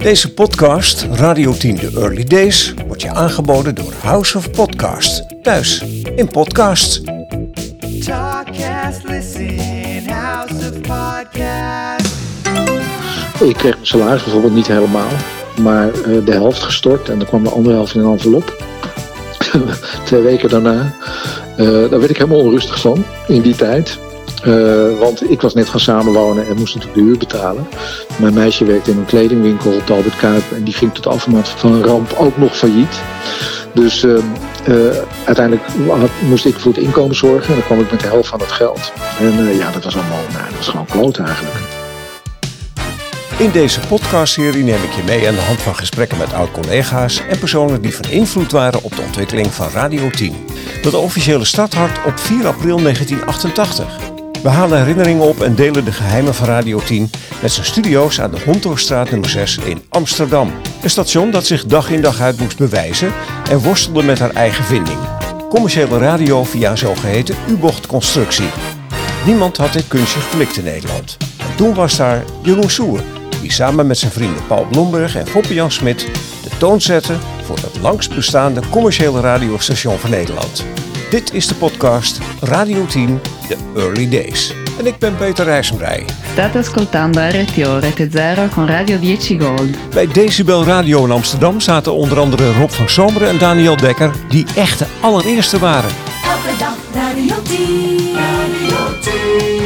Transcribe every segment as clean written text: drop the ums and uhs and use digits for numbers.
Deze podcast, Radio 10 The Early Days, wordt je aangeboden door House of Podcasts. Thuis in podcasts. Talkcast, listen, House of Podcasts. Ik kreeg mijn salaris bijvoorbeeld niet helemaal, maar de helft gestort en dan kwam de andere helft in een envelop. 2 weken daarna. Daar werd ik helemaal onrustig van in die tijd. Want ik was net gaan samenwonen en moest natuurlijk de huur betalen. Mijn meisje werkte in een kledingwinkel op de Albert Kuip en die ging tot afmaat van een ramp ook nog failliet. Dus uiteindelijk moest ik voor het inkomen zorgen en dan kwam ik met de helft van het geld. En dat was allemaal, dat was gewoon kloot eigenlijk. In deze podcastserie neem ik je mee aan de hand van gesprekken met oud-collega's en personen die van invloed waren op de ontwikkeling van Radio 10. Dat officiële starthart op 4 april 1988. We halen herinneringen op en delen de geheimen van Radio 10 met zijn studio's aan de Hontorstraat nummer 6 in Amsterdam. Een station dat zich dag in dag uit moest bewijzen en worstelde met haar eigen vinding. Commerciële radio via een zogeheten U-bochtconstructie. Niemand had dit kunstje geflikt in Nederland. En toen was daar Jeroen Soer, die samen met zijn vrienden Paul Blomberg en Foppe Jan Smit de toon zette voor het langst bestaande commerciële radiostation van Nederland. Dit is de podcast Radio 10 The Early Days. En ik ben Peter Rijssenbrij. State ascoltando RTO Rete Zero con Radio 10 Gold. Bij Decibel Radio in Amsterdam zaten onder andere Rob van Zomeren en Daniel Dekker, die echt de allereerste waren. Elke dag Radio 10. Radio 10.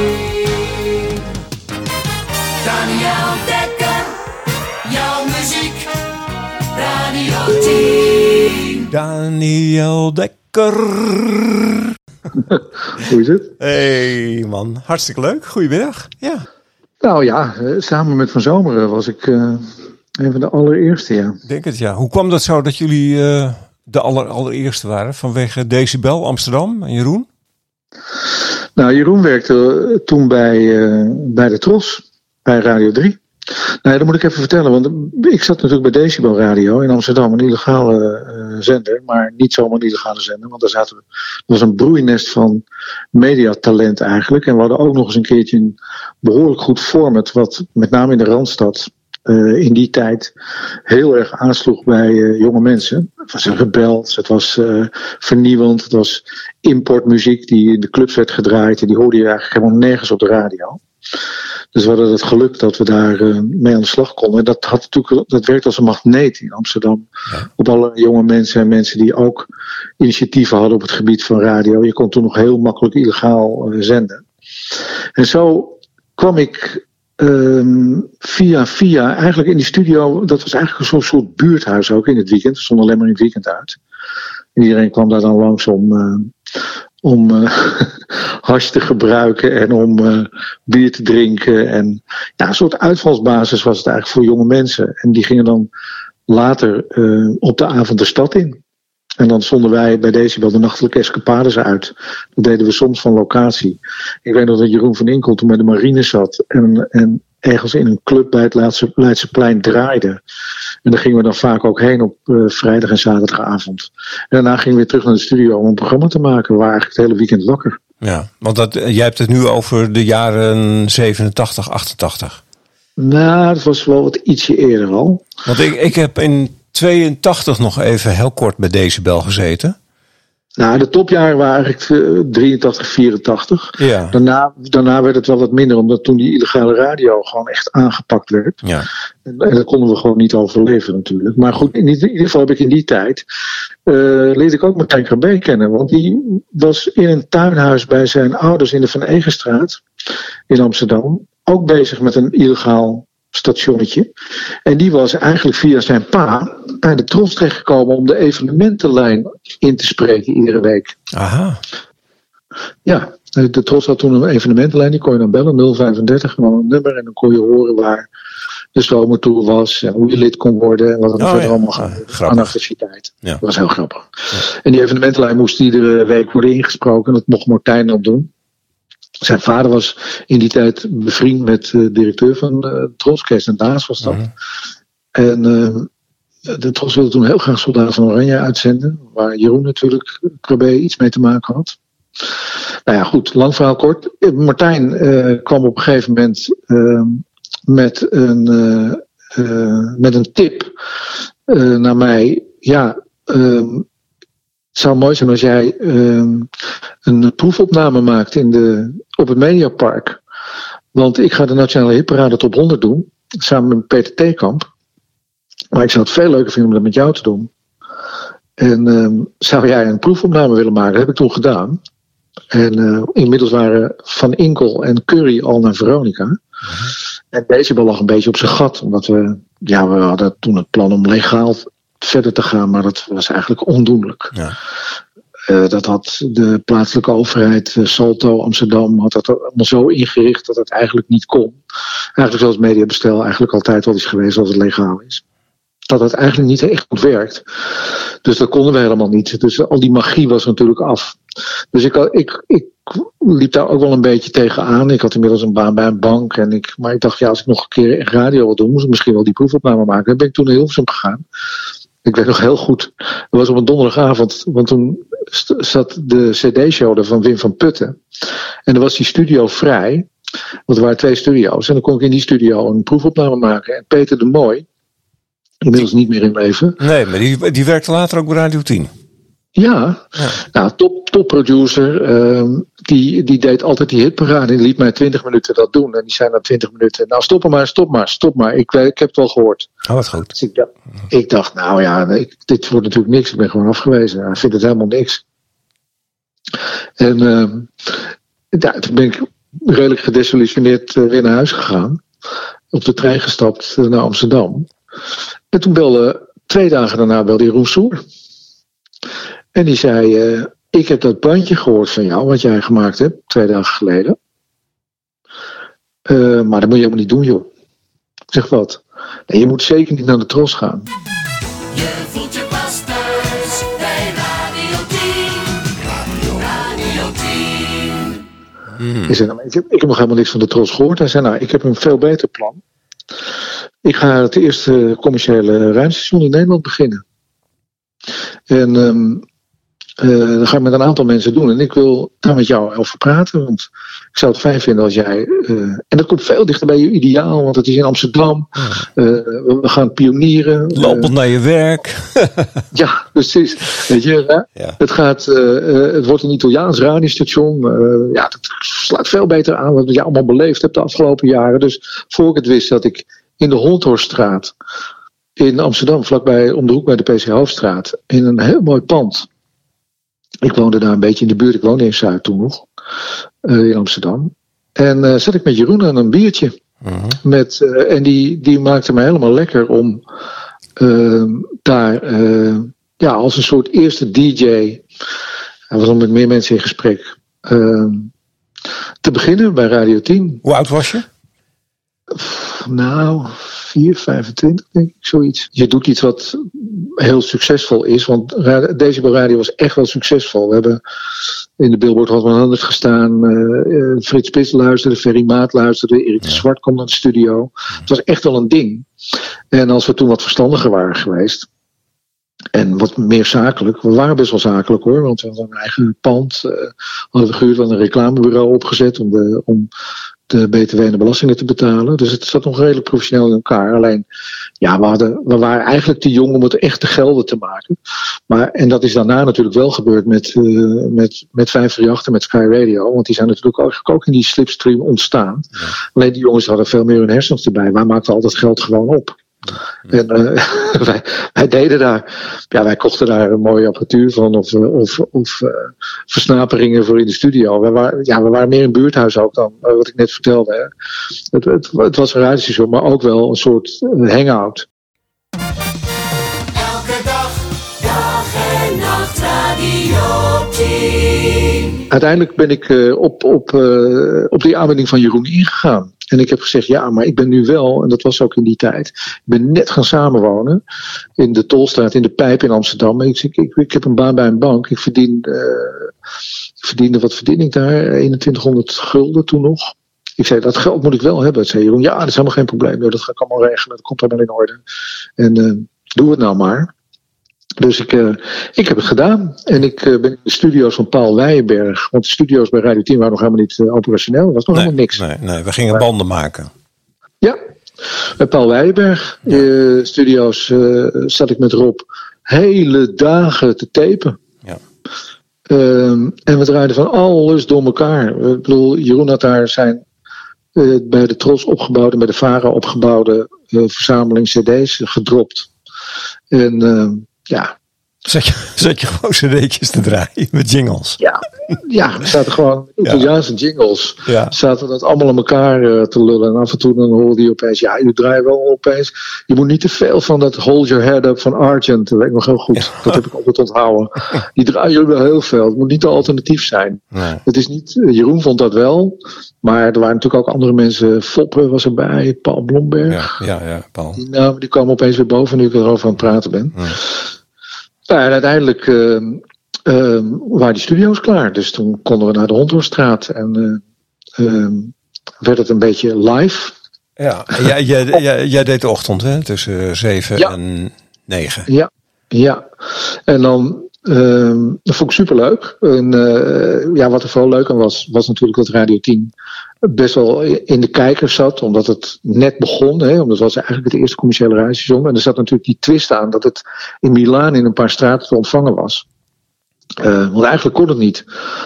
Daniel Dekker. Jouw muziek. Radio 10. Daniel Dekker. Hoe is het? Hey man, hartstikke leuk. Goedemiddag. Ja. Nou ja, samen met Van Zomeren was ik een van de allereerste, ja. Ik denk het, ja. Hoe kwam dat zo dat jullie de allereerste waren? Vanwege Decibel Amsterdam en Jeroen? Nou, Jeroen werkte toen bij de Tros, bij Radio 3. Nou, dat moet ik even vertellen, want ik zat natuurlijk bij Decibel Radio in Amsterdam, een illegale zender, maar niet zomaar een illegale zender, want er was een broeinest van mediatalent eigenlijk. En we hadden ook nog eens een keertje een behoorlijk goed format, wat met name in de Randstad in die tijd heel erg aansloeg bij jonge mensen. Het was een rebels, het was vernieuwend, het was importmuziek die in de clubs werd gedraaid en die hoorde je eigenlijk helemaal nergens op de radio. Dus we hadden het geluk dat we daar mee aan de slag konden. En dat werkt als een magneet in Amsterdam. Ja. Op alle jonge mensen en mensen die ook initiatieven hadden op het gebied van radio. Je kon toen nog heel makkelijk illegaal zenden. En zo kwam ik via eigenlijk in die studio. Dat was eigenlijk een soort buurthuis ook in het weekend. We stonden alleen maar in het weekend uit. En iedereen kwam daar dan langs om hash te gebruiken en om bier te drinken. En ja, een soort uitvalsbasis was het eigenlijk voor jonge mensen. En die gingen dan later op de avond de stad in. En dan stonden wij bij Decibel de nachtelijke escapades uit. Dat deden we soms van locatie. Ik weet nog dat Jeroen van Inkel toen bij de marine zat en ergens in een club bij het Leidseplein draaide. En daar gingen we dan vaak ook heen op vrijdag en zaterdagavond. En daarna gingen we weer terug naar de studio om een programma te maken. We waren eigenlijk het hele weekend wakker. Ja, want jij hebt het nu over de jaren 87, 88. Nou, dat was wel wat ietsje eerder al. Want ik heb in 82 nog even heel kort bij Decibel gezeten. Nou, de topjaren waren eigenlijk 83, 84. Ja. Daarna werd het wel wat minder, omdat toen die illegale radio gewoon echt aangepakt werd. Ja. En dat konden we gewoon niet overleven natuurlijk. Maar goed, in ieder geval heb ik in die tijd leerde ik ook Martijn Krabbe kennen. Want die was in een tuinhuis bij zijn ouders in de Van Egenstraat in Amsterdam ook bezig met een illegaal stationnetje. En die was eigenlijk via zijn pa bij de Tros terechtgekomen om de evenementenlijn in te spreken iedere week. Aha. Ja, de Tros had toen een evenementenlijn, die kon je dan bellen, 035, gewoon een nummer, en dan kon je horen waar de zomertour was en hoe je lid kon worden en wat er verder allemaal gaat aan activiteit. Ja. Dat was heel grappig. Ja. En die evenementenlijn moest iedere week worden ingesproken en dat mocht Martijn dan doen. Zijn vader was in die tijd bevriend met de directeur van Tros, Kees en Daas was dat. Mm-hmm. En de Tros wilde toen heel graag Soldaten van Oranje uitzenden, waar Jeroen natuurlijk Krabbe iets mee te maken had. Nou ja, goed, lang verhaal kort. Martijn kwam op een gegeven moment met met een tip naar mij. Ja, het zou mooi zijn als jij een proefopname maakt op het Mediapark. Want ik ga de Nationale Hitparade Top 100 doen. Samen met Peter Theekamp. Maar ik zou het veel leuker vinden om dat met jou te doen. En zou jij een proefopname willen maken? Dat heb ik toen gedaan. En inmiddels waren Van Inkel en Curry al naar Veronica. En Decibel lag een beetje op zijn gat. Omdat we hadden toen het plan om legaal verder te gaan. Maar dat was eigenlijk ondoenlijk. Ja. Dat had de plaatselijke overheid, Salto Amsterdam, had dat allemaal zo ingericht dat het eigenlijk niet kon. Eigenlijk zoals mediabestel eigenlijk altijd al is geweest als het legaal is. Dat het eigenlijk niet echt goed werkt. Dus dat konden we helemaal niet. Dus al die magie was natuurlijk af. Dus ik liep daar ook wel een beetje tegenaan. Ik had inmiddels een baan bij een bank. Maar ik dacht, als ik nog een keer echt radio wil doen, moest ik misschien wel die proefopname maken. Dan ben ik toen naar Hilversum gegaan. Ik weet nog heel goed. Dat was op een donderdagavond. Want toen zat de CD-show er van Wim van Putten. En dan was die studio vrij. Want er waren 2 studio's. En dan kon ik in die studio een proefopname maken. En Peter de Mooi, inmiddels niet meer in leven. Nee, maar die werkte later ook bij Radio 10. Ja. Nou, top producer. Die deed altijd die hitparade. Die liet mij 20 minuten dat doen. En die zei na 20 minuten, nou stop maar. Ik heb het wel gehoord. Oh, wat goed. Dus ik dacht, nou ja, dit wordt natuurlijk niks. Ik ben gewoon afgewezen. Hij vindt het helemaal niks. En toen ben ik redelijk gedesillusioneerd weer naar huis gegaan. Op de trein gestapt naar Amsterdam. En toen 2 dagen daarna belde Jeroen Soer. En die zei, ik heb dat bandje gehoord van jou, wat jij gemaakt hebt, 2 dagen geleden. Maar dat moet je helemaal niet doen, joh. Ik zeg, wat? Nee, je moet zeker niet naar de Tros gaan. Je voelt je pas thuis bij Radio 10. Ik zei, nou, ik heb nog helemaal niks van de Tros gehoord. Hij zei, nou, ik heb een veel beter plan. Ik ga het eerste commerciële ruimtestation in Nederland beginnen. En dat ga ik met een aantal mensen doen. En ik wil daar met jou over praten. Want ik zou het fijn vinden als jij... en dat komt veel dichter bij je ideaal. Want het is in Amsterdam. We gaan pionieren. Lopend naar je werk. Ja, precies. Weet je, ja. Het wordt een Italiaans radiostation. Dat slaat veel beter aan wat je allemaal beleefd hebt de afgelopen jaren. Dus voor ik het wist dat ik in de Holthorststraat in Amsterdam, vlakbij om de hoek bij de PC Hoofdstraat, in een heel mooi pand. Ik woonde daar een beetje in de buurt. Ik woonde in Zuid toen nog. In Amsterdam. En zat ik met Jeroen aan een biertje. En die maakte me helemaal lekker om daar als een soort eerste DJ. Hij was al met meer mensen in gesprek. Te beginnen bij Radio 10. Hoe oud was je? Nou, 25 denk ik, zoiets. Je doet iets wat heel succesvol is, want Decibel Radio was echt wel succesvol. We hebben in de Billboard Hot 100 gestaan, Frits Spits luisterde, Ferry Maat luisterde, Erik de Zwart kwam naar de studio. Het was echt wel een ding. En als we toen wat verstandiger waren geweest, en wat meer zakelijk, we waren best wel zakelijk hoor, want we hadden een eigen pand, hadden we gehuurd, hadden een reclamebureau opgezet om de BTW en de belastingen te betalen. Dus het zat nog redelijk professioneel in elkaar. Alleen, we waren eigenlijk te jong om het echt te gelden te maken. En dat is daarna natuurlijk wel gebeurd met 538 en met Sky Radio. Want die zijn natuurlijk ook in die slipstream ontstaan. Ja. Alleen die jongens hadden veel meer hun hersens erbij. Wij maakten al dat geld gewoon op. En wij deden daar, wij kochten daar een mooie apparatuur van of versnaperingen voor in de studio. We waren meer een buurthuis ook dan wat ik net vertelde. Hè. Het was een radiostation, maar ook wel een soort hangout. Elke dag en nacht Radio 10. Uiteindelijk ben ik op die aanbieding van Jeroen ingegaan. En ik heb gezegd, maar ik ben nu wel, en dat was ook in die tijd, ik ben net gaan samenwonen in de Tolstraat, in de Pijp in Amsterdam. Ik heb een baan bij een bank. Ik verdiende, wat verdien ik daar? 2100 gulden toen nog. Ik zei, dat geld moet ik wel hebben. Zei Jeroen, dat is helemaal geen probleem. Dat ga ik allemaal regelen, dat komt helemaal in orde. En doe het nou maar. Dus ik heb het gedaan. En ik ben in de studio's van Paul Weijenberg. Want de studio's bij Radio 10 waren nog helemaal niet operationeel. Er was nog helemaal niks. Nee, we gingen banden maken. Ja, Bij Paul Weijenberg studio's zat ik met Rob hele dagen te tapen. Ja. En we draaiden van alles door elkaar. Ik bedoel, Jeroen had daar zijn bij de Tros opgebouwde, bij de VARA opgebouwde verzameling cd's gedropt. En Zat je gewoon cd'tjes te draaien met jingles? Ja, we zaten gewoon Italiaanse jingles. Ja. Zaten dat allemaal aan elkaar te lullen. En af en toe dan hoorde je opeens, je draait wel opeens. Je moet niet te veel van dat Hold Your Head Up van Argent. Dat weet ik nog heel goed. Ja. Dat heb ik altijd onthouden. Die draaien wel heel veel. Het moet niet te alternatief zijn. Nee. Het is niet, Jeroen vond dat wel. Maar er waren natuurlijk ook andere mensen. Foppe was erbij, Paul Blomberg. Ja, Paul. Die namen die kwamen opeens weer boven nu ik erover aan het praten ben. Ja. Nou, en uiteindelijk waren die studio's klaar. Dus toen konden we naar de Hondhorststraat. En werd het een beetje live. Ja, jij deed de ochtend, hè? Tussen 7 en 9. Ja. En dan, dat vond ik superleuk. En wat er vooral leuk aan was natuurlijk dat Radio 10 best wel in de kijkers zat. Omdat het net begon. Hè, omdat het was eigenlijk het eerste commerciële radiostation. En er zat natuurlijk die twist aan dat het in Milaan in een paar straten te ontvangen was. Want eigenlijk kon het niet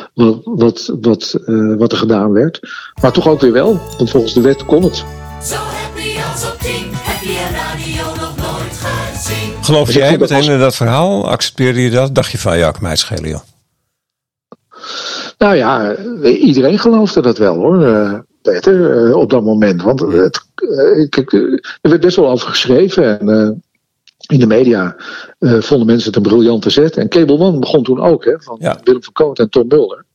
wat er gedaan werd. Maar toch ook weer wel. Want volgens de wet kon het. Zo happy als op 10, heb je radio nog nooit gezien. Geloof jij meteen in dat verhaal? Accepteerde je dat? Dacht je van, ja, ik mij het schelen, joh. Nou ja, iedereen geloofde dat wel hoor, Peter, op dat moment. Want er werd best wel over geschreven. En in de media vonden mensen het een briljante zet. En Cable One begon toen ook, hè, van Willem van Koot en Tom Mulder.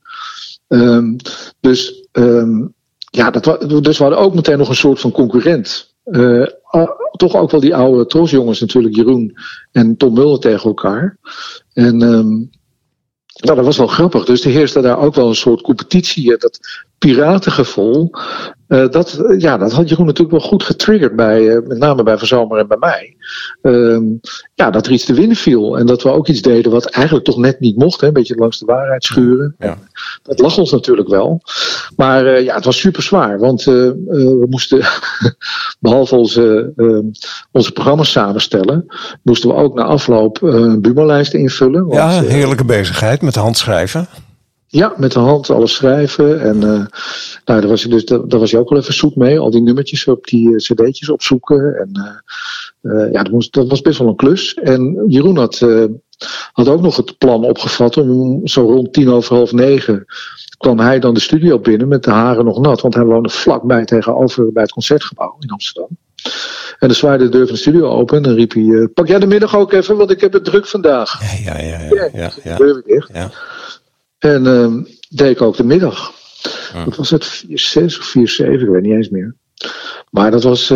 Dus we hadden ook meteen nog een soort van concurrent. Toch ook wel die oude Trosjongens natuurlijk, Jeroen en Tom Mulder tegen elkaar. En dat was wel grappig. Dus er heerste daar ook wel een soort competitie. Dat piratengevoel. Dat had Jeroen natuurlijk wel goed getriggerd bij, met name bij Verzomer en bij mij. Dat er iets te winnen viel. En dat we ook iets deden wat eigenlijk toch net niet mocht. Hè? Een beetje langs de waarheid schuren. Ja. Dat lag ons natuurlijk wel. Maar het was super zwaar. Want we moesten, behalve onze programma's samenstellen, moesten we ook na afloop Buma-lijsten invullen. Want, heerlijke bezigheid met de hand schrijven. Ja, met de hand alles schrijven. En daar was je ook wel even zoet mee. Al die nummertjes op die cd'tjes opzoeken. En dat was best wel een klus. En Jeroen had ook nog het plan opgevat om zo rond 9:10 kwam hij dan de studio binnen met de haren nog nat. Want hij woonde vlakbij tegenover bij het Concertgebouw in Amsterdam. En dan zwaaide de deur van de studio open en dan riep hij, pak jij de middag ook even, want ik heb het druk vandaag. Ja. De deur weer dicht. Ja. En deed ik ook de middag. Dat was het 4-6 of 4-7, ik weet niet eens meer. Maar dat was,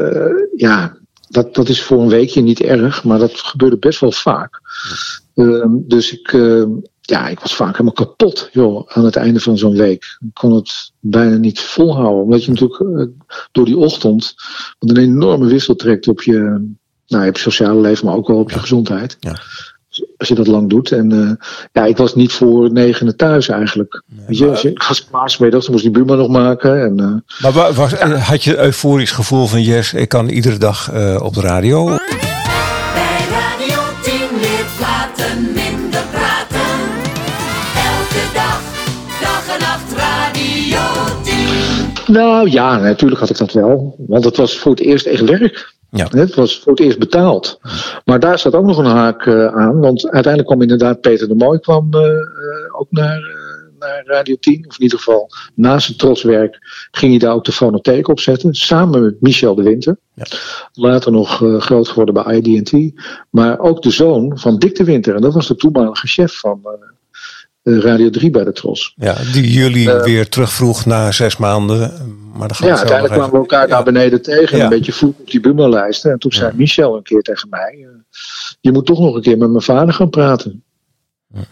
dat is voor een weekje niet erg, maar dat gebeurde best wel vaak. Dus ik was vaak helemaal kapot, joh, aan het einde van zo'n week. Ik kon het bijna niet volhouden, omdat je natuurlijk door die ochtend een enorme wissel trekt op je sociale leven, maar ook wel op je gezondheid. Ja. Als je dat lang doet. En ik was niet voor 9 thuis eigenlijk. Nee, weet je, als je was klaar, dan moest die Buma nog maken. En, had je euforisch gevoel van yes, ik kan iedere dag op de radio? Bij Radio 10 meer platen, minder praten. Elke dag, dag en nacht Radio 10. Nou ja, natuurlijk had ik dat wel. Want het was voor het eerst echt werk. Ja. Het was voor het eerst betaald. Maar daar zat ook nog een haak aan. Want uiteindelijk kwam inderdaad Peter de Mooi ook naar Radio 10. Of in ieder geval naast het Troswerk ging hij daar ook de fonotheek op zetten. Samen met Michel de Winter. Ja. Later nog groot geworden bij ID&T. Maar ook de zoon van Dick de Winter. En dat was de toenmalige chef van Radio 3 bij de Tros. Ja, die jullie weer terugvroeg na 6 maanden. Maar uiteindelijk kwamen we elkaar daar beneden tegen. Een beetje vroeg op die Buma-lijsten. En toen zei Michel een keer tegen mij, je moet toch nog een keer met mijn vader gaan praten. Ja.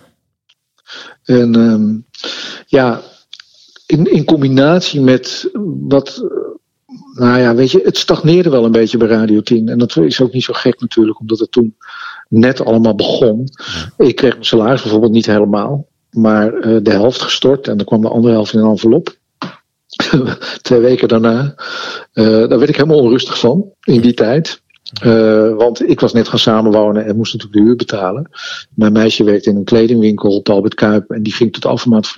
En in combinatie met wat, weet je, het stagneerde wel een beetje bij Radio 10. En dat is ook niet zo gek natuurlijk, omdat het toen net allemaal begon. Ja. Ik kreeg mijn salaris bijvoorbeeld niet helemaal, maar de helft gestort. En dan kwam de andere helft in een envelop. 2 weken daarna. Daar werd ik helemaal onrustig van in die tijd. Want ik was net gaan samenwonen en moest natuurlijk de huur betalen. Mijn meisje werkte in een kledingwinkel op Albert Kuip. En die ging tot overmaat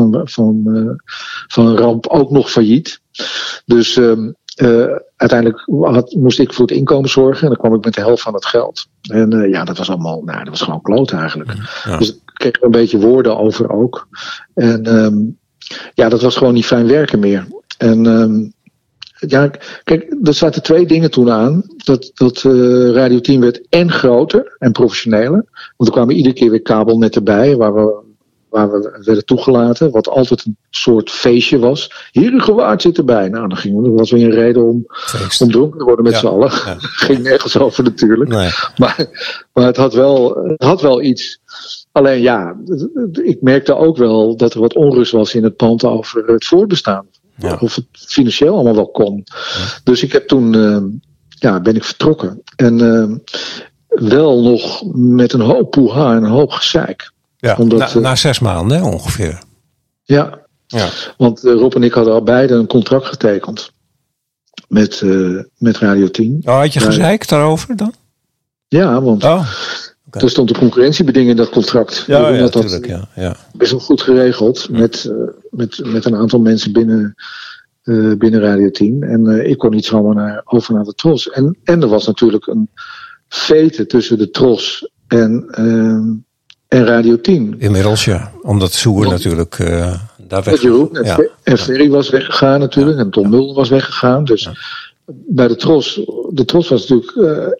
van een ramp ook nog failliet. Dus uiteindelijk moest ik voor het inkomen zorgen. En dan kwam ik met de helft van het geld. En dat was allemaal, dat was gewoon kloot eigenlijk. Ja. Dus ik kreeg er een beetje woorden over ook. En dat was gewoon niet fijn werken meer. En kijk, er zaten 2 dingen toen aan. Dat Radio 10 werd en groter en professioneler. Want er kwamen iedere keer weer kabelnetten bij waar we werden toegelaten. Wat altijd een soort feestje was. Herengewaard zit erbij. Nou, dan was weer een reden om dronken te worden met z'n allen. Ja. Ging nergens over natuurlijk. Nee. Maar het had wel iets. Alleen ik merkte ook wel dat er wat onrust was in het pand over het voortbestaan. Ja. Of het financieel allemaal wel kon. Ja. Dus ik heb toen ben ik vertrokken. En wel nog met een hoop poeha en een hoop gezeik. Ja, omdat, na 6 maanden ongeveer. Ja. Want Rob en ik hadden al beide een contract getekend. Met Radio 10. Oh, had je gezeik daarover dan? Ja, want er stond een concurrentiebeding in dat contract. Ja, natuurlijk. Ja. Best wel goed geregeld. Met een aantal mensen binnen Radio 10. En ik kon niet zomaar over naar de TROS. En er was natuurlijk een vete tussen de TROS en Radio 10. Inmiddels omdat Soer natuurlijk daar weg. Jeroen en Ferry was weggegaan natuurlijk. Ja. En Tom Mulder was weggegaan. Dus bij de TROS was natuurlijk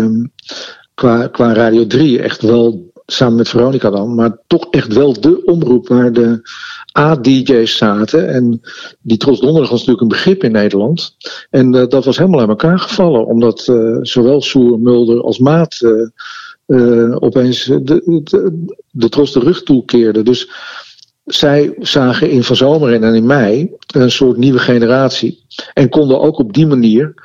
qua Radio 3 echt wel, samen met Veronica dan, maar toch echt wel de omroep waar de A-DJ's zaten. En die TROS Donderdag was natuurlijk een begrip in Nederland. En dat was helemaal aan elkaar gevallen. Omdat zowel Soer, Mulder als Maat opeens de TROS de rug toekeerden. Dus zij zagen in Van Zomeren en in mei een soort nieuwe generatie. En konden ook op die manier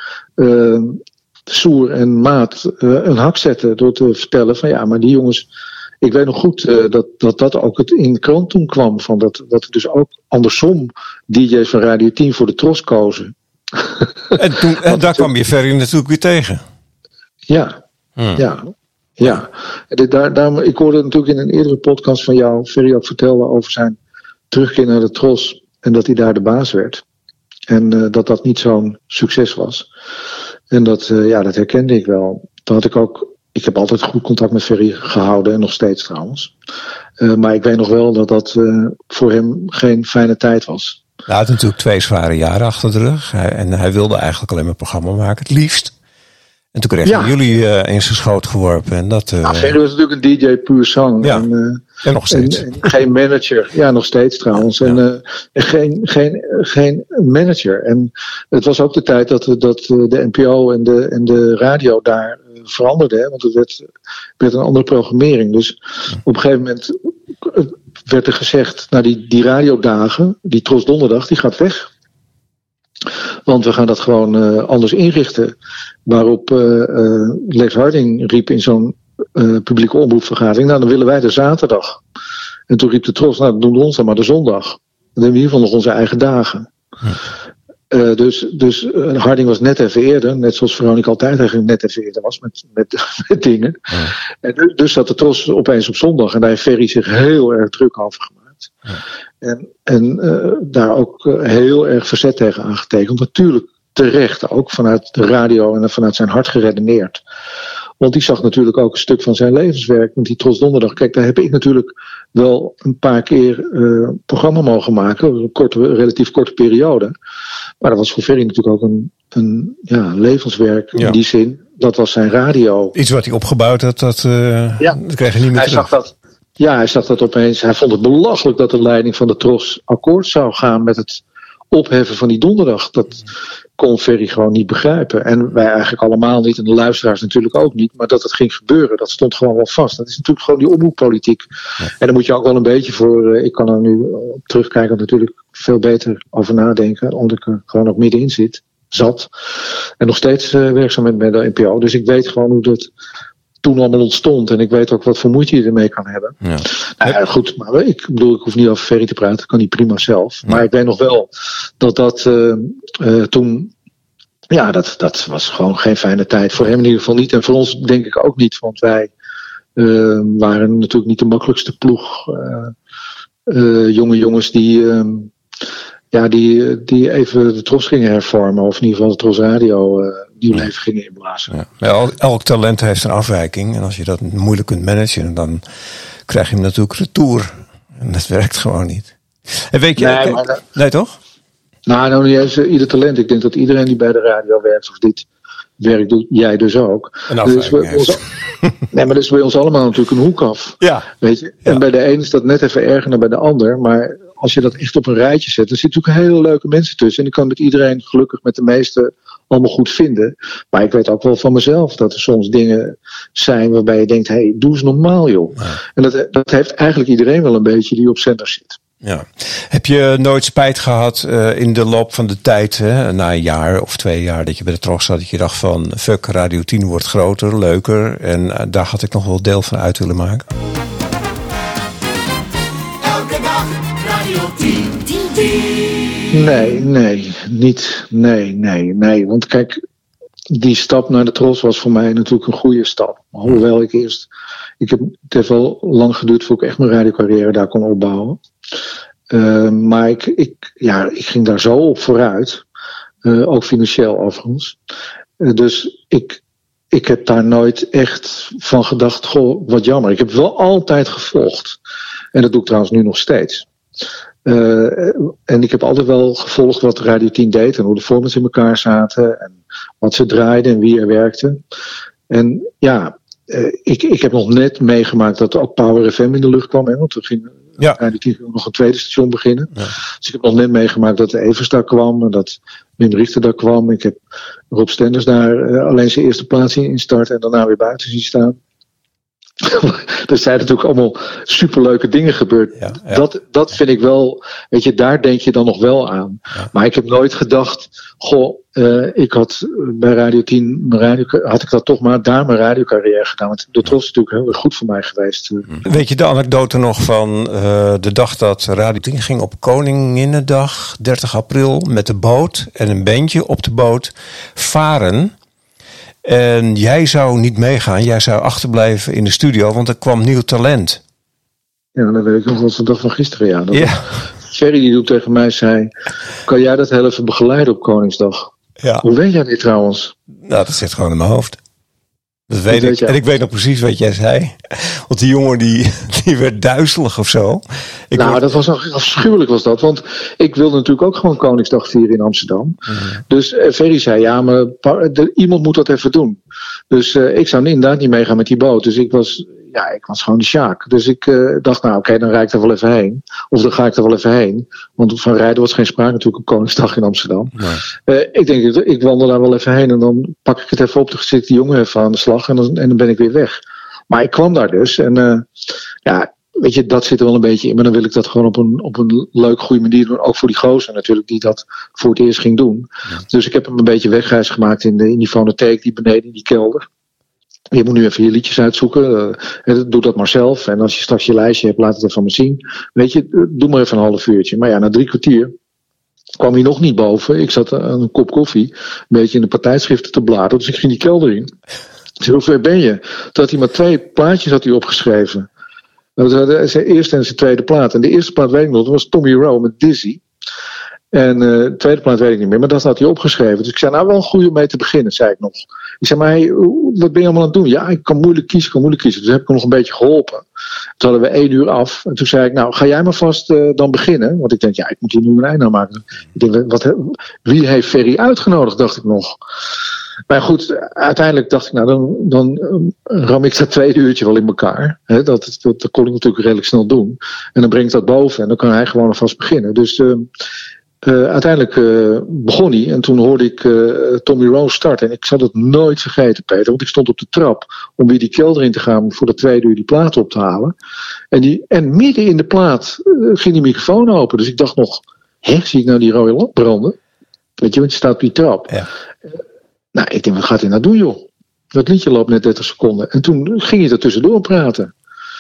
Soer en Maat een hak zetten door te vertellen van maar die jongens. Ik weet nog goed dat ook het in de krant toen kwam. Van dat er dus ook andersom DJ's van Radio 10 voor de TROS kozen. En daar kwam je Ferry natuurlijk weer tegen. Ja. Ik hoorde natuurlijk in een eerdere podcast van jou Ferry ook vertellen over zijn terugkeer naar de TROS. En dat hij daar de baas werd. En dat niet zo'n succes was. En dat herkende ik wel. Toen had ik heb altijd goed contact met Ferry gehouden en nog steeds trouwens. Maar ik weet nog wel dat voor hem geen fijne tijd was. Hij had natuurlijk 2 zware jaren achter de rug. En hij wilde eigenlijk alleen maar programma maken, het liefst. En toen kregen jullie in zijn schoot geworpen. En Ferry was natuurlijk een DJ puur zang. Ja. En nog steeds. En geen manager. Ja, nog steeds trouwens. Ja. En geen manager. En het was ook de tijd dat de NPO en de radio daar veranderde. Hè? Want het werd een andere programmering. Dus op een gegeven moment werd er gezegd, die radiodagen, die TROS Donderdag, die gaat weg. Want we gaan dat gewoon anders inrichten. Waarop Lex Harding riep in zo'n publieke omroepvergadering, dan willen wij de zaterdag. En toen riep de TROS, dan doen we ons dan maar de zondag. Dan hebben we in ieder geval nog onze eigen dagen. Dus Harding was net even eerder, net zoals Veronica altijd eigenlijk net even eerder was met dingen. En dus zat de TROS opeens op zondag en daar heeft Ferry zich heel erg druk over gemaakt. En daar ook heel erg verzet tegen aangetekend. Natuurlijk terecht ook vanuit de radio en vanuit zijn hart geredeneerd. Want die zag natuurlijk ook een stuk van zijn levenswerk met die TROS Donderdag. Kijk, daar heb ik natuurlijk wel een paar keer programma mogen maken. Een relatief korte periode. Maar dat was voor Ferry natuurlijk ook een levenswerk in die zin. Dat was zijn radio. Iets wat hij opgebouwd had, dat kreeg hij niet meer terug. Hij zag dat opeens. Hij vond het belachelijk dat de leiding van de TROS akkoord zou gaan met het opheffen van die donderdag. Dat kon Ferry gewoon niet begrijpen. En wij eigenlijk allemaal niet. En de luisteraars natuurlijk ook niet. Maar dat het ging gebeuren, dat stond gewoon wel vast. Dat is natuurlijk gewoon die omroeppolitiek. Ja. En daar moet je ook wel een beetje voor. Ik kan er nu op terugkijken natuurlijk veel beter over nadenken. Omdat ik er gewoon nog middenin zat. En nog steeds werkzaam met de NPO. Dus ik weet gewoon toen allemaal ontstond. En ik weet ook wat voor moeite je ermee kan hebben. Ja. Nou ja, goed, maar ik hoef niet over Ferry te praten. Dat kan hij prima zelf. Maar ik weet nog wel dat toen... Ja, dat was gewoon geen fijne tijd. Voor hem in ieder geval niet. En voor ons denk ik ook niet. Want wij waren natuurlijk niet de makkelijkste ploeg. Jonge jongens die even de Tros gingen hervormen. Of in ieder geval de Tros Radio nieuw leven gingen inblazen. Ja. Ja, elk talent heeft een afwijking. En als je dat moeilijk kunt managen, dan krijg je hem natuurlijk retour. En dat werkt gewoon niet. En weet je, nee toch? Nou, niet eens ieder talent. Ik denk dat iedereen die bij de radio werkt of dit werk doet, jij dus ook. Dus maar dat is bij ons allemaal natuurlijk een hoek af. Ja. Weet je? En bij de een is dat net even erger dan bij de ander. Maar als je dat echt op een rijtje zet, dan zitten natuurlijk hele leuke mensen tussen. En ik kan met iedereen gelukkig met de meeste allemaal goed vinden. Maar ik weet ook wel van mezelf dat er soms dingen zijn waarbij je denkt, hey, doe eens normaal joh. Ja. En dat heeft eigenlijk iedereen wel een beetje die op zender zit. Ja. Heb je nooit spijt gehad in de loop van de tijd, hè, na een jaar of 2 jaar dat je bij de Tros zat, dat je dacht van fuck, Radio 10 wordt groter, leuker en daar had ik nog wel deel van uit willen maken? Elke dag Radio 10. Nee. Want kijk, die stap naar de Tros was voor mij natuurlijk een goede stap. Hoewel het heeft wel lang geduurd voordat ik echt mijn radiocarrière daar kon opbouwen. Maar ik ging daar zo op vooruit. Ook financieel overigens. Dus ik heb daar nooit echt van gedacht, goh, wat jammer. Ik heb wel altijd gevolgd. En dat doe ik trouwens nu nog steeds. En ik heb altijd wel gevolgd wat Radio 10 deed. En hoe de formats in elkaar zaten. En wat ze draaiden en wie er werkte. En ja, ik heb nog net meegemaakt dat ook Power FM in de lucht kwam. Hè, want toen ging Radio 10 nog een tweede station beginnen. Ja. Dus ik heb nog net meegemaakt dat de Evers daar kwam. En dat Wim Richter daar kwam. Ik heb Rob Stenders daar alleen zijn eerste plaats in starten. En daarna weer buiten zien staan. Er zijn natuurlijk allemaal superleuke dingen gebeurd. Ja. Dat vind ik wel, weet je, daar denk je dan nog wel aan. Ja. Maar ik heb nooit gedacht, goh, ik had bij Radio 10, had ik dat toch maar daar mijn radiocarrière gedaan. Want de Tros is natuurlijk heel erg goed voor mij geweest. Weet je de anekdote nog van de dag dat Radio 10 ging op Koninginnedag, 30 april, met de boot en een bandje op de boot varen. En jij zou niet meegaan, jij zou achterblijven in de studio, want er kwam nieuw talent. Ja, dat weet ik nog, dat was de dag van gisteren, ja. Ferry die doet tegen mij, zei, kan jij dat heel even begeleiden op Koningsdag? Ja. Hoe weet jij dit trouwens? Nou, dat zit gewoon in mijn hoofd. Dat weet ik. En ik weet nog precies wat jij zei. Want die jongen die werd duizelig of zo. Dat was afschuwelijk was dat. Want ik wilde natuurlijk ook gewoon Koningsdag vieren in Amsterdam. Mm-hmm. Dus Ferry zei, ja, maar iemand moet dat even doen. Dus ik zou inderdaad niet meegaan met die boot. Dus ik was gewoon de Sjaak. Dus ik dacht, nou oké, dan rijd ik er wel even heen. Of dan ga ik er wel even heen. Want van rijden was geen sprake natuurlijk op Koningsdag in Amsterdam. Nee. Ik denk, ik wandel daar wel even heen. En dan pak ik het even op. Dan zit die jongen even aan de slag. En dan ben ik weer weg. Maar ik kwam daar dus. En weet je, dat zit er wel een beetje in. Maar dan wil ik dat gewoon op een leuk, goede manier doen. Ook voor die gozer natuurlijk, die dat voor het eerst ging doen. Ja. Dus ik heb hem een beetje wegreis gemaakt in die fonotheek, die beneden in die kelder. Je moet nu even je liedjes uitzoeken. Doe dat maar zelf. En als je straks je lijstje hebt, laat het even van me zien. Weet je, doe maar even een half uurtje. Maar ja, na 3 kwartier kwam hij nog niet boven. Ik zat aan een kop koffie, een beetje in de partijschriften te bladeren. Dus ik ging die kelder in. Ik zei, hoe ver ben je? Toen had hij maar 2 plaatjes had hij opgeschreven. Zijn eerste en zijn tweede plaat. En de eerste plaat weet ik nog, dat was Tommy Rowe met Dizzy. En de tweede plaat weet ik niet meer, maar dat had hij opgeschreven. Dus ik zei, nou wel een goede om mee te beginnen, zei ik nog. Ik zei, maar hey, wat ben je allemaal aan het doen? Ja, ik kan moeilijk kiezen. Dus heb ik hem nog een beetje geholpen. Toen hadden we 1 uur af. En toen zei ik, nou ga jij maar vast dan beginnen. Want ik denk, ja, ik moet hier nu een einde aan maken. Ik denk, wie heeft Ferry uitgenodigd, dacht ik nog. Maar goed, uiteindelijk dacht ik, nou dan ram ik dat 2 uurtje wel in elkaar. Hè, dat kon ik natuurlijk redelijk snel doen. En dan breng ik dat boven en dan kan hij gewoon alvast beginnen. Dus uiteindelijk begon hij en toen hoorde ik Tommy Rowe starten. En ik zal het nooit vergeten, Peter, want ik stond op de trap om weer die kelder in te gaan voor de 2 uur die plaat op te halen. En midden in de plaat ging die microfoon open. Dus ik dacht nog, zie ik nou die rode lamp branden? Weet je, want je staat op die trap. Ja. Nou, ik denk, wat gaat hij nou doen, joh? Dat liedje loopt net 30 seconden. En toen ging hij er tussendoor praten.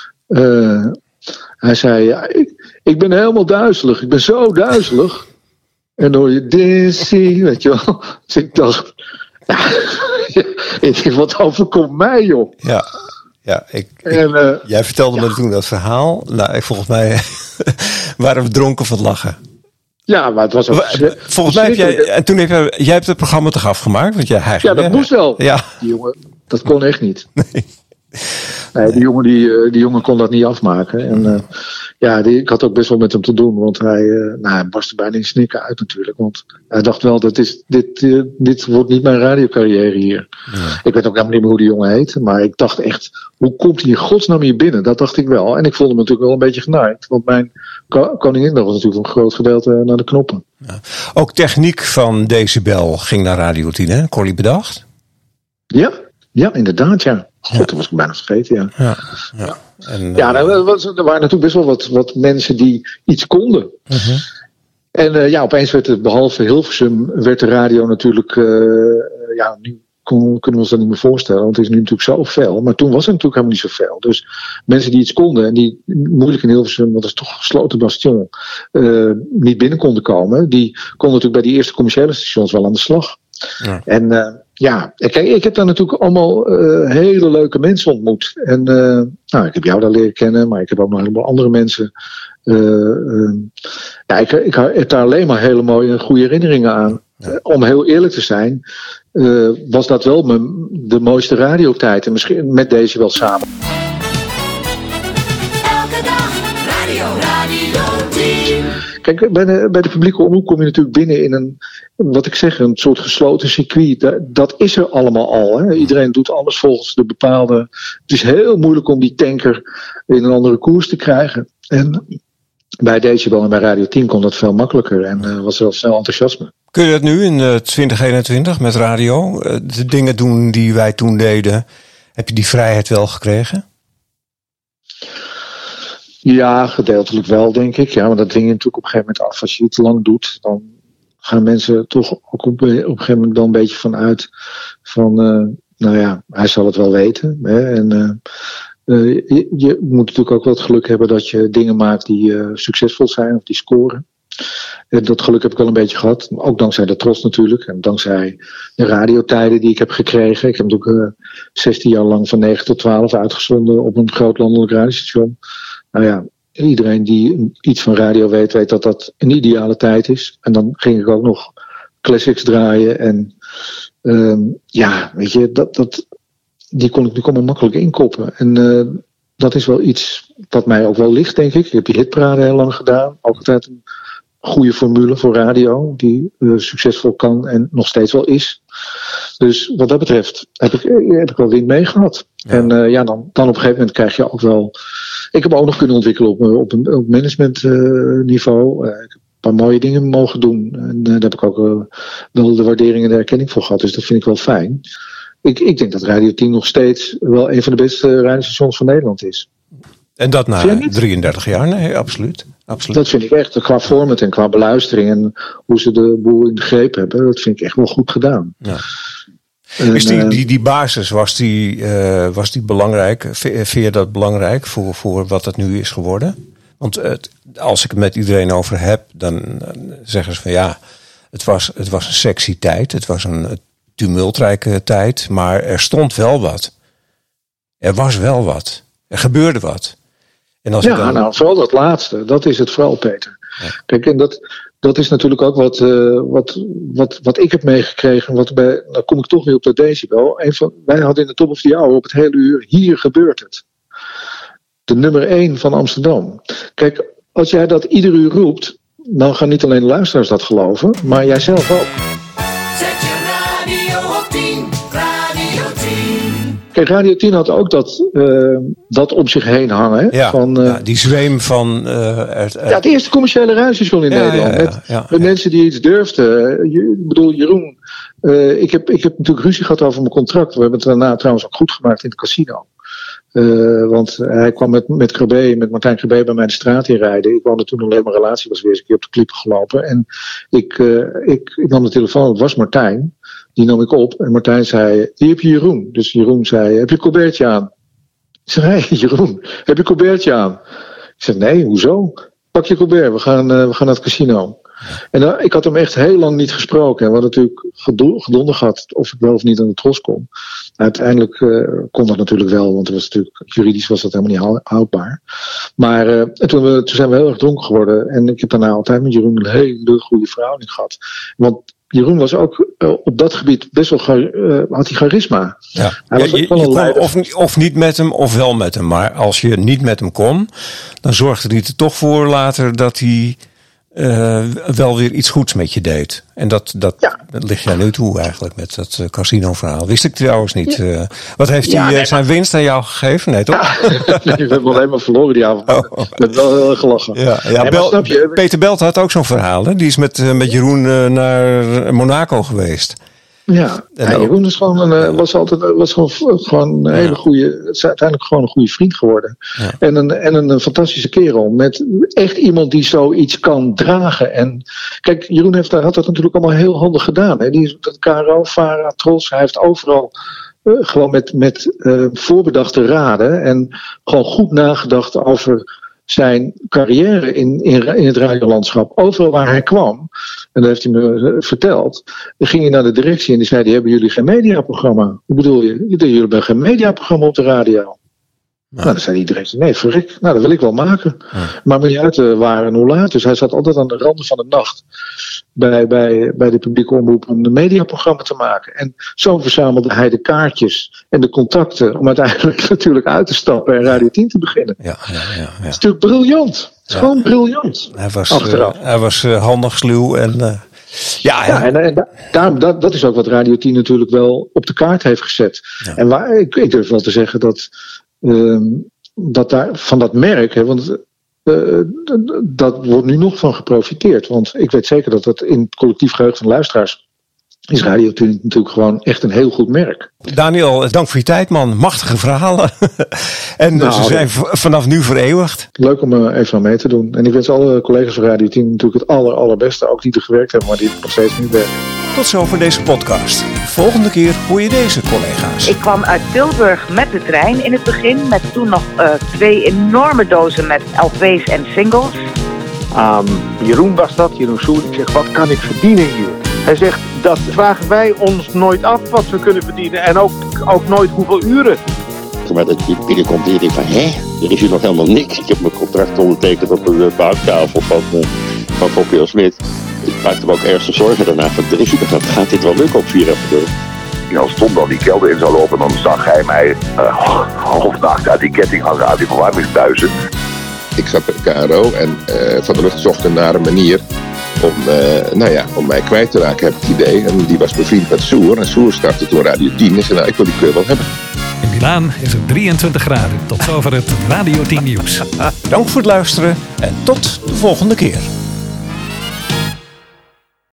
Hij zei, ja, ik ben helemaal duizelig. Ik ben zo duizelig. En dan hoor je Dizzy, weet je wel. Dus ik dacht, wat overkomt mij, joh. Ja, jij vertelde me toen dat verhaal. Nou, volgens mij waren we dronken van het lachen. Ja, maar het was ook... Volgens mij jij hebt het programma toch afgemaakt? Want dat moest wel. Ja. Die jongen, dat kon echt niet. Nee. Die jongen kon dat niet afmaken. En ik had ook best wel met hem te doen. Want hij barstte bijna in snikken uit natuurlijk. Want hij dacht wel, dit wordt niet mijn radiocarrière hier. Ja. Ik weet ook helemaal niet meer hoe die jongen heet. Maar ik dacht echt, hoe komt hij in godsnaam hier binnen? Dat dacht ik wel. En ik voelde me natuurlijk wel een beetje genaaid. Want mijn Koninginnedag was natuurlijk een groot gedeelte naar de knoppen. Ja. Ook techniek van Decibel ging naar Radio 10, hè? Corrie bedacht? Ja, inderdaad, ja. God, dat was ik bijna vergeten, ja. Er waren natuurlijk best wel wat mensen die iets konden. Uh-huh. En opeens werd het, behalve Hilversum, werd de radio natuurlijk... nu kunnen we ons dat niet meer voorstellen, want het is nu natuurlijk zoveel. Maar toen was er natuurlijk helemaal niet zoveel. Dus mensen die iets konden en die moeilijk in Hilversum, want dat is toch een gesloten bastion, niet binnen konden komen, die konden natuurlijk bij die eerste commerciële stations wel aan de slag. Ja. En kijk, ik heb daar natuurlijk allemaal hele leuke mensen ontmoet. En ik heb jou daar leren kennen, maar ik heb ook nog een heleboel andere mensen. Ik heb daar alleen maar hele mooie en goede herinneringen aan. Ja. Om heel eerlijk te zijn, was dat wel de mooiste radiotijd. En misschien met deze wel samen. Elke dag Radio 10. Kijk, bij de publieke omroep kom je natuurlijk binnen in een soort gesloten circuit. Dat is er allemaal al. Hè? Iedereen doet alles volgens de bepaalde... Het is heel moeilijk om die tanker in een andere koers te krijgen. En bij Decibel en bij Radio 10 kon dat veel makkelijker. En was er al snel enthousiasme. Kun je dat nu in 2021 met radio? De dingen doen die wij toen deden. Heb je die vrijheid wel gekregen? Ja, gedeeltelijk wel, denk ik. Ja, maar dat ding je natuurlijk op een gegeven moment af. Als je het te lang doet, dan gaan mensen toch ook op een gegeven moment dan een beetje vanuit van... hij zal het wel weten. Hè? En je moet natuurlijk ook wel het geluk hebben dat je dingen maakt die succesvol zijn of die scoren. En dat geluk heb ik wel een beetje gehad. Ook dankzij de Tros natuurlijk. En dankzij de radiotijden die ik heb gekregen. Ik heb natuurlijk 16 jaar lang van 9 tot 12 uitgezonden op een groot landelijk radiostation. Nou ja, iedereen die iets van radio weet dat dat een ideale tijd is. En dan ging ik ook nog classics draaien. En weet je, die kon ik natuurlijk allemaal makkelijk inkoppen. En dat is wel iets wat mij ook wel ligt, denk ik. Ik heb die hitparade heel lang gedaan. Ook altijd een goede formule voor radio. Die succesvol kan en nog steeds wel is. Dus wat dat betreft heb ik wel wind mee gehad. Ja. En dan op een gegeven moment krijg je ook wel... Ik heb ook nog kunnen ontwikkelen op managementniveau. Ik heb een paar mooie dingen mogen doen. En daar heb ik ook wel de waardering en de erkenning voor gehad. Dus dat vind ik wel fijn. Ik denk dat Radio 10 nog steeds wel een van de beste radiostations van Nederland is. En dat na 33 jaar? Nee, absoluut. Dat vind ik echt, qua format en qua beluistering en hoe ze de boel in de greep hebben, dat vind ik echt wel goed gedaan. Ja. Is die basis, was die belangrijk? Vind je dat belangrijk voor wat het nu is geworden? Want als ik het met iedereen over heb, dan zeggen ze van het was een sexy tijd. Het was een tumultrijke tijd, maar er stond wel wat. Er was wel wat. Er gebeurde wat. En als vooral dat laatste. Dat is het vooral, Peter. Ja. Kijk, en dat is natuurlijk ook wat ik heb meegekregen. Dan kom ik toch weer op de Decibel. Wij hadden in de Top of the Hour op het hele uur, hier gebeurt het. De nummer 1 van Amsterdam. Kijk, als jij dat ieder uur roept, dan gaan niet alleen de luisteraars dat geloven, maar jij zelf ook. Zet je radio op 10, Radio 10. Kijk, Radio 10 had ook dat om zich heen hangen. Ja, die zweem van... het eerste commerciële radiostation in Nederland. Met mensen die iets durfden. Ik bedoel, Jeroen... Ik heb natuurlijk ruzie gehad over mijn contract. We hebben het daarna trouwens ook goed gemaakt in het casino. Want hij kwam met Martijn Krabbe bij mij de straat in rijden. Ik woonde toen alleen maar relatie, was weer eens een keer op de klippen gelopen. En ik nam de telefoon, het was Martijn. Die nam ik op en Martijn zei, hier heb je Jeroen. Dus Jeroen zei, heb je Colbertje aan? Ik zeg, hey Jeroen, heb je Colbertje aan? Ik zeg, nee, hoezo? Pak je Colbert, we gaan naar het casino. En ik had hem echt heel lang niet gesproken. En we hadden natuurlijk gedonder gehad of ik wel of niet aan de Tros kon. Uiteindelijk kon dat natuurlijk wel, want juridisch was dat helemaal niet houdbaar. Maar toen zijn we heel erg dronken geworden. En ik heb daarna altijd met Jeroen een hele goede verhouding gehad. Want Jeroen was ook op dat gebied best wel had hij charisma. Ja. Hij was je kon of niet met hem of wel met hem. Maar als je niet met hem kon, dan zorgde hij er toch voor later dat hij wel weer iets goeds met je deed. En dat ligt jij nu toe eigenlijk met dat casino-verhaal. Wist ik trouwens niet. Wat heeft hij zijn winst aan jou gegeven? Nee, toch? Nee, we hebben alleen maar verloren die avond. We hebben wel heel erg gelachen. Ja, Peter Belt had ook zo'n verhaal. Hè? Die is met Jeroen naar Monaco geweest. Ja, Jeroen is was gewoon een hele goede. Het is uiteindelijk gewoon een goede vriend geworden. Ja. En een fantastische kerel. Met echt iemand die zoiets kan dragen. En kijk, Jeroen had dat natuurlijk allemaal heel handig gedaan. Hè. Die is dat KRO, VARA, Tros. Hij heeft overal gewoon met voorbedachte raden. En gewoon goed nagedacht over zijn carrière in het radiolandschap. Overal waar hij kwam, en dat heeft hij me verteld, dan ging hij naar de directie en die zei, hebben jullie geen mediaprogramma? Hoe bedoel je? Jullie hebben geen mediaprogramma op de radio. Nou, dan zei die directie, nee, verrek, dat wil ik wel maken. Maar niet uit waar en hoe laat. Dus hij zat altijd aan de randen van de nacht bij de publieke omroep een mediaprogramma te maken. En zo verzamelde hij de kaartjes en de contacten om uiteindelijk natuurlijk uit te stappen en Radio 10 te beginnen. Ja. Het is natuurlijk briljant. Het is gewoon briljant. Hij was handig, sluw en... dat is ook wat Radio 10 natuurlijk wel op de kaart heeft gezet. Ja. En ik durf wel te zeggen dat daar van dat merk, hè, want dat wordt nu nog van geprofiteerd. Want ik weet zeker dat in het collectief geheugen van luisteraars is Radio 10 natuurlijk gewoon echt een heel goed merk. Daniel, dank voor je tijd, man. Machtige verhalen. En ze zijn vanaf nu vereeuwigd. Leuk om even aan mee te doen. En ik wens alle collega's van Radio 10 natuurlijk het allerbeste. Ook die er gewerkt hebben, maar die nog steeds niet werken. Tot zover deze podcast. Volgende keer hoor je deze collega's. Ik kwam uit Tilburg met de trein in het begin. Met toen nog 2 enorme dozen met LP's en singles. Jeroen was dat, Jeroen Soer. Ik zeg, wat kan ik verdienen hier? Hij zegt, dat vragen wij ons nooit af wat we kunnen verdienen. En ook nooit hoeveel uren. Maar dat je binnenkomt en je denkt van, er is hier nog helemaal niks. Ik heb mijn contract ondertekend op de bouwtafel van Fokke Smit. Ik maakte me ook ernstig zorgen daarna van, gaat dit wel lukken op 4 april? Als Tom dan die kelder in zou lopen, dan zag hij mij halfnacht uit die ketting hangen aan die verwarmingsbuizen. Ik zat bij de KRO en Van der Lucht zocht naar een manier om mij kwijt te raken, heb ik het idee. En die was bevriend met Soer. En Soer startte toen Radio 10 en zei, ik wil die keur wel hebben. In Milaan is het 23 graden. Tot zover het Radio 10 nieuws. Dank voor het luisteren en tot de volgende keer.